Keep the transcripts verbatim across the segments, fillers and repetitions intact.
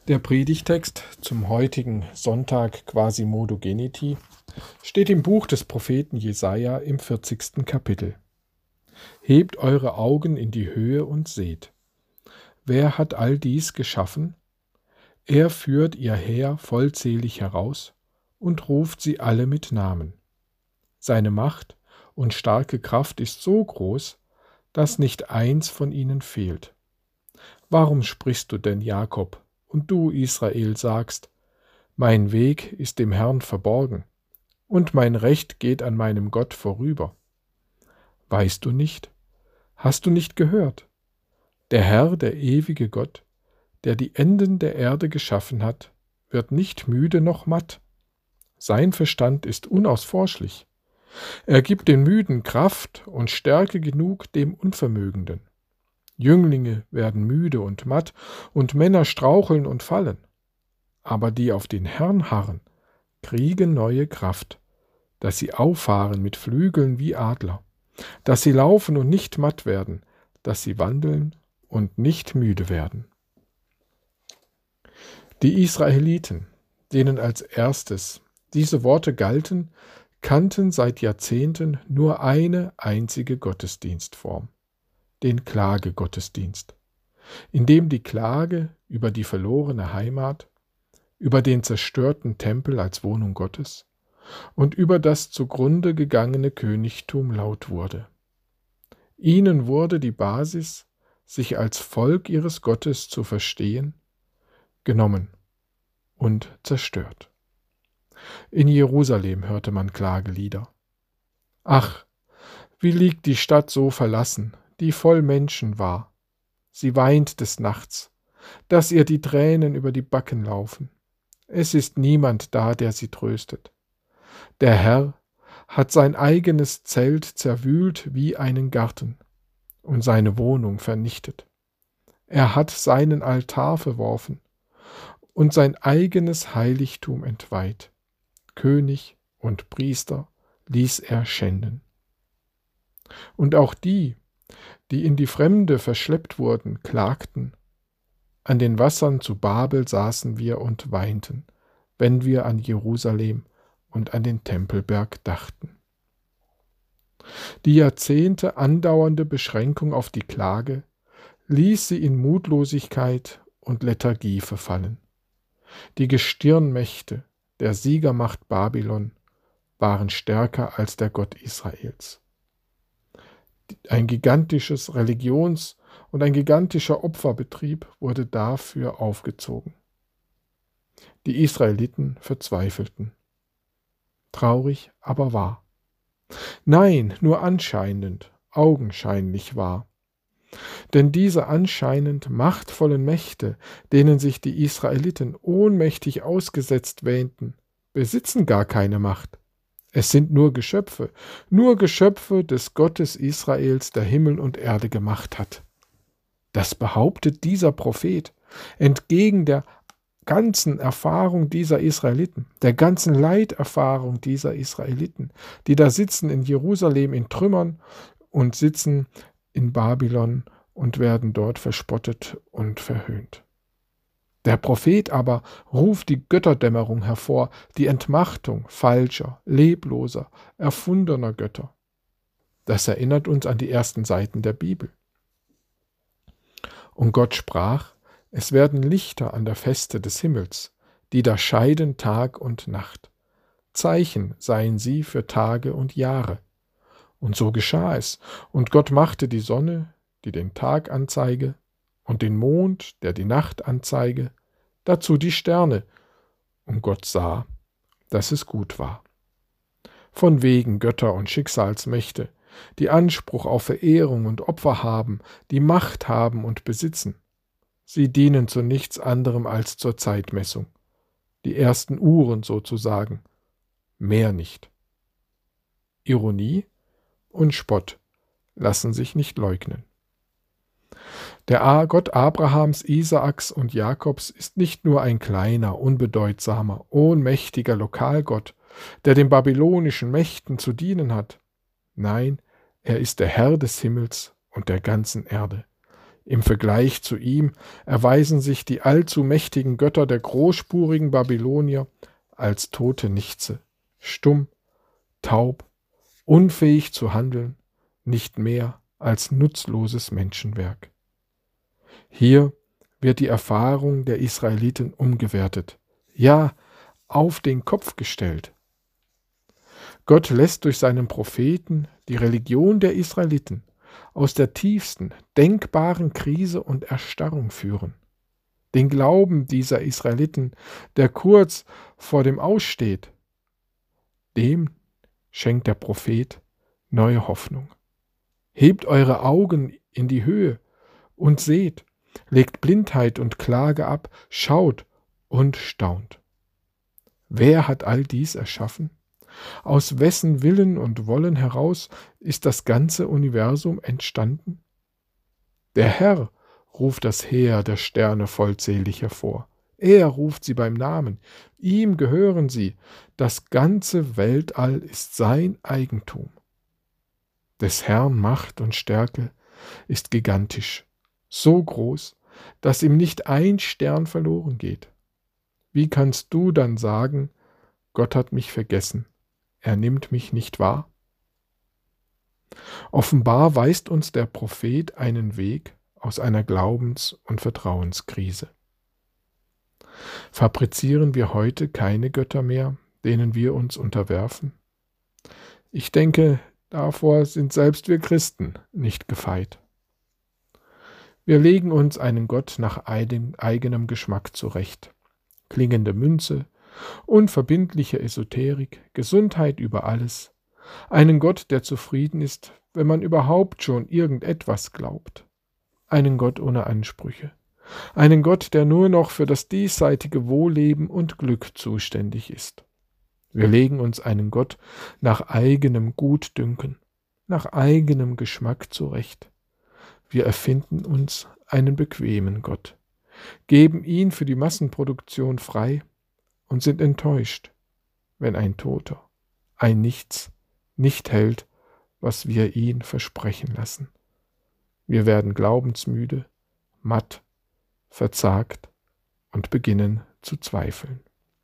Der Predigtext zum heutigen Sonntag Quasimodo Geniti steht im Buch des Propheten Jesaja im vierzigsten Kapitel. Hebt eure Augen in die Höhe und seht. Wer hat all dies geschaffen? Er führt ihr Heer vollzählig heraus und ruft sie alle mit Namen. Seine Macht und starke Kraft ist so groß, dass nicht eins von ihnen fehlt. Warum sprichst du denn, Jakob, und du, Israel, sagst, mein Weg ist dem Herrn verborgen, und mein Recht geht an meinem Gott vorüber? Weißt du nicht? Hast du nicht gehört? Der Herr, der ewige Gott, der die Enden der Erde geschaffen hat, wird nicht müde noch matt. Sein Verstand ist unausforschlich. Er gibt den Müden Kraft und Stärke genug dem Unvermögenden. Jünglinge werden müde und matt, und Männer straucheln und fallen. Aber die auf den Herrn harren, kriegen neue Kraft, dass sie auffahren mit Flügeln wie Adler, dass sie laufen und nicht matt werden, dass sie wandeln und nicht müde werden. Die Israeliten, denen als erstes diese Worte galten, kannten seit Jahrzehnten nur eine einzige Gottesdienstform: den Klagegottesdienst, in dem die Klage über die verlorene Heimat, über den zerstörten Tempel als Wohnung Gottes und über das zugrunde gegangene Königtum laut wurde. Ihnen wurde die Basis, sich als Volk ihres Gottes zu verstehen, genommen und zerstört. In Jerusalem hörte man Klagelieder. Ach, wie liegt die Stadt so verlassen, die voll Menschen war. Sie weint des Nachts, dass ihr die Tränen über die Backen laufen. Es ist niemand da, der sie tröstet. Der Herr hat sein eigenes Zelt zerwühlt wie einen Garten und seine Wohnung vernichtet. Er hat seinen Altar verworfen und sein eigenes Heiligtum entweiht. König und Priester ließ er schänden. Und auch die, die in die Fremde verschleppt wurden, klagten: An den Wassern zu Babel saßen wir und weinten, wenn wir an Jerusalem und an den Tempelberg dachten. Die Jahrzehnte andauernde Beschränkung auf die Klage ließ sie in Mutlosigkeit und Lethargie verfallen. Die Gestirnmächte der Siegermacht Babylon waren stärker als der Gott Israels. Ein gigantisches Religions- und ein gigantischer Opferbetrieb wurde dafür aufgezogen. Die Israeliten verzweifelten. Traurig, aber wahr. Nein, nur anscheinend, augenscheinlich wahr. Denn diese anscheinend machtvollen Mächte, denen sich die Israeliten ohnmächtig ausgesetzt wähnten, besitzen gar keine Macht. Es sind nur Geschöpfe, nur Geschöpfe des Gottes Israels, der Himmel und Erde gemacht hat. Das behauptet dieser Prophet, entgegen der ganzen Erfahrung dieser Israeliten, der ganzen Leiterfahrung dieser Israeliten, die da sitzen in Jerusalem in Trümmern und sitzen in Babylon und werden dort verspottet und verhöhnt. Der Prophet aber ruft die Götterdämmerung hervor, die Entmachtung falscher, lebloser, erfundener Götter. Das erinnert uns an die ersten Seiten der Bibel. Und Gott sprach: Es werden Lichter an der Feste des Himmels, die da scheiden Tag und Nacht. Zeichen seien sie für Tage und Jahre. Und so geschah es, und Gott machte die Sonne, die den Tag anzeige, und den Mond, der die Nacht anzeige, dazu die Sterne. Und Gott sah, dass es gut war. Von wegen Götter und Schicksalsmächte, die Anspruch auf Verehrung und Opfer haben, die Macht haben und besitzen. Sie dienen zu nichts anderem als zur Zeitmessung. Die ersten Uhren sozusagen. Mehr nicht. Ironie und Spott lassen sich nicht leugnen. Der Gott Abrahams, Isaaks und Jakobs ist nicht nur ein kleiner, unbedeutsamer, ohnmächtiger Lokalgott, der den babylonischen Mächten zu dienen hat. Nein, er ist der Herr des Himmels und der ganzen Erde. Im Vergleich zu ihm erweisen sich die allzu mächtigen Götter der großspurigen Babylonier als tote Nichtse, stumm, taub, unfähig zu handeln, nicht mehr als nutzloses Menschenwerk. Hier wird die Erfahrung der Israeliten umgewertet, ja, auf den Kopf gestellt. Gott lässt durch seinen Propheten die Religion der Israeliten aus der tiefsten denkbaren Krise und Erstarrung führen. Den Glauben dieser Israeliten, der kurz vor dem Aussteht, dem schenkt der Prophet neue Hoffnung. Hebt eure Augen in die Höhe und seht, legt Blindheit und Klage ab, schaut und staunt. Wer hat all dies erschaffen? Aus wessen Willen und Wollen heraus ist das ganze Universum entstanden? Der Herr ruft das Heer der Sterne vollzählig hervor. Er ruft sie beim Namen. Ihm gehören sie. Das ganze Weltall ist sein Eigentum. Des Herrn Macht und Stärke ist gigantisch, so groß, dass ihm nicht ein Stern verloren geht. Wie kannst du dann sagen, Gott hat mich vergessen, er nimmt mich nicht wahr? Offenbar weist uns der Prophet einen Weg aus einer Glaubens- und Vertrauenskrise. Fabrizieren wir heute keine Götter mehr, denen wir uns unterwerfen? Ich denke, davor sind selbst wir Christen nicht gefeit. Wir legen uns einen Gott nach eigenem Geschmack zurecht. Klingende Münze, unverbindliche Esoterik, Gesundheit über alles. Einen Gott, der zufrieden ist, wenn man überhaupt schon irgendetwas glaubt. Einen Gott ohne Ansprüche. Einen Gott, der nur noch für das diesseitige Wohlleben und Glück zuständig ist. Wir legen uns einen Gott nach eigenem Gutdünken, nach eigenem Geschmack zurecht. Wir erfinden uns einen bequemen Gott, geben ihn für die Massenproduktion frei und sind enttäuscht, wenn ein Toter, ein Nichts, nicht hält, was wir ihn versprechen lassen. Wir werden glaubensmüde, matt, verzagt und beginnen zu zweifeln.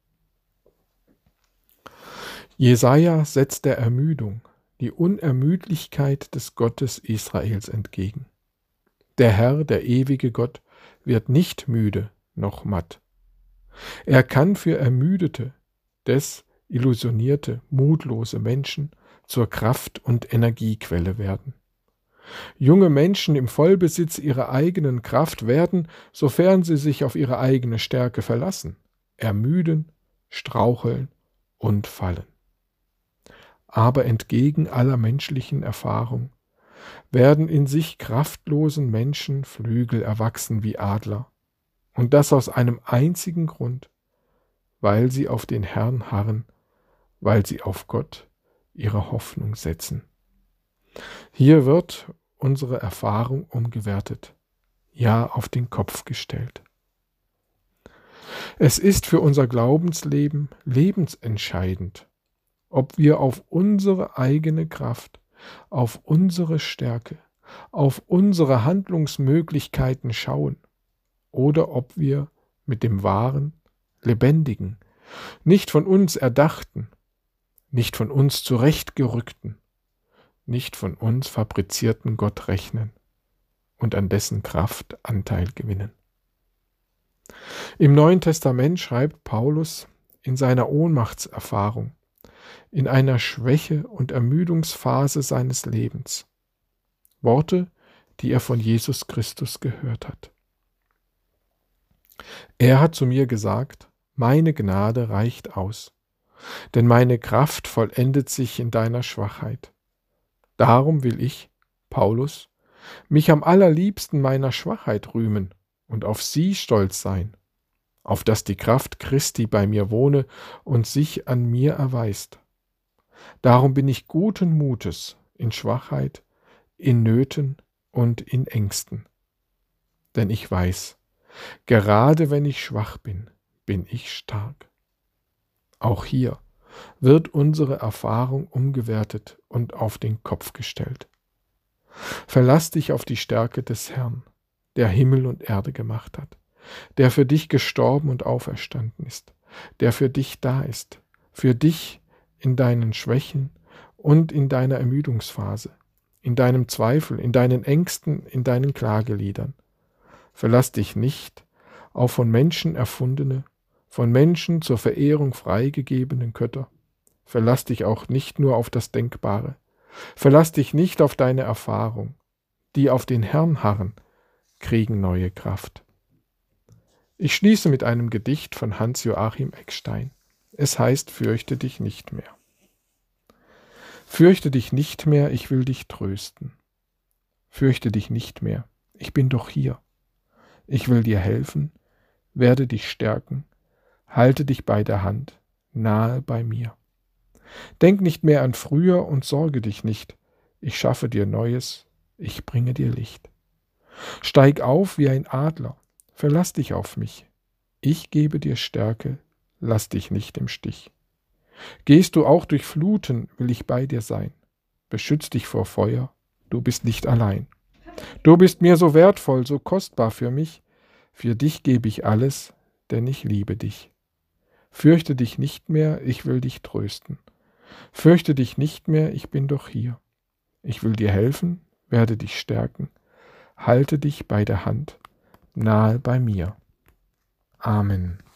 Jesaja setzt der Ermüdung die Unermüdlichkeit des Gottes Israels entgegen. Der Herr, der ewige Gott, wird nicht müde noch matt. Er kann für ermüdete, desillusionierte, mutlose Menschen zur Kraft- und Energiequelle werden. Junge Menschen im Vollbesitz ihrer eigenen Kraft werden, sofern sie sich auf ihre eigene Stärke verlassen, ermüden, straucheln und fallen. Aber entgegen aller menschlichen Erfahrung werden in sich kraftlosen Menschen Flügel erwachsen wie Adler, und das aus einem einzigen Grund, weil sie auf den Herrn harren, weil sie auf Gott ihre Hoffnung setzen. Hier wird unsere Erfahrung umgewertet, ja auf den Kopf gestellt. Es ist für unser Glaubensleben lebensentscheidend, ob wir auf unsere eigene Kraft, auf unsere Stärke, auf unsere Handlungsmöglichkeiten schauen oder ob wir mit dem wahren, lebendigen, nicht von uns erdachten, nicht von uns zurechtgerückten, nicht von uns fabrizierten Gott rechnen und an dessen Kraft Anteil gewinnen. Im Neuen Testament schreibt Paulus in seiner Ohnmachtserfahrung, in einer Schwäche- und Ermüdungsphase seines Lebens, Worte, die er von Jesus Christus gehört hat. Er hat zu mir gesagt, meine Gnade reicht aus, denn meine Kraft vollendet sich in deiner Schwachheit. Darum will ich, Paulus, mich am allerliebsten meiner Schwachheit rühmen und auf sie stolz sein, auf dass die Kraft Christi bei mir wohne und sich an mir erweist. Darum bin ich guten Mutes in Schwachheit, in Nöten und in Ängsten. Denn ich weiß, gerade wenn ich schwach bin, bin ich stark. Auch hier wird unsere Erfahrung umgewertet und auf den Kopf gestellt. Verlass dich auf die Stärke des Herrn, der Himmel und Erde gemacht hat, der für dich gestorben und auferstanden ist, der für dich da ist, für dich in deinen Schwächen und in deiner Ermüdungsphase, in deinem Zweifel, in deinen Ängsten, in deinen Klageliedern. Verlass dich nicht auf von Menschen erfundene, von Menschen zur Verehrung freigegebenen Götter. Verlass dich auch nicht nur auf das Denkbare. Verlass dich nicht auf deine Erfahrung. Die auf den Herrn harren, kriegen neue Kraft. Ich schließe mit einem Gedicht von Hans-Joachim Eckstein. Es heißt, fürchte dich nicht mehr. Fürchte dich nicht mehr, ich will dich trösten. Fürchte dich nicht mehr, ich bin doch hier. Ich will dir helfen, werde dich stärken, halte dich bei der Hand, nahe bei mir. Denk nicht mehr an früher und sorge dich nicht, ich schaffe dir Neues, ich bringe dir Licht. Steig auf wie ein Adler, verlass dich auf mich. Ich gebe dir Stärke, lass dich nicht im Stich. Gehst du auch durch Fluten, will ich bei dir sein. Beschütz dich vor Feuer, du bist nicht allein. Du bist mir so wertvoll, so kostbar für mich. Für dich gebe ich alles, denn ich liebe dich. Fürchte dich nicht mehr, ich will dich trösten. Fürchte dich nicht mehr, ich bin doch hier. Ich will dir helfen, werde dich stärken, halte dich bei der Hand, nahe bei mir. Amen.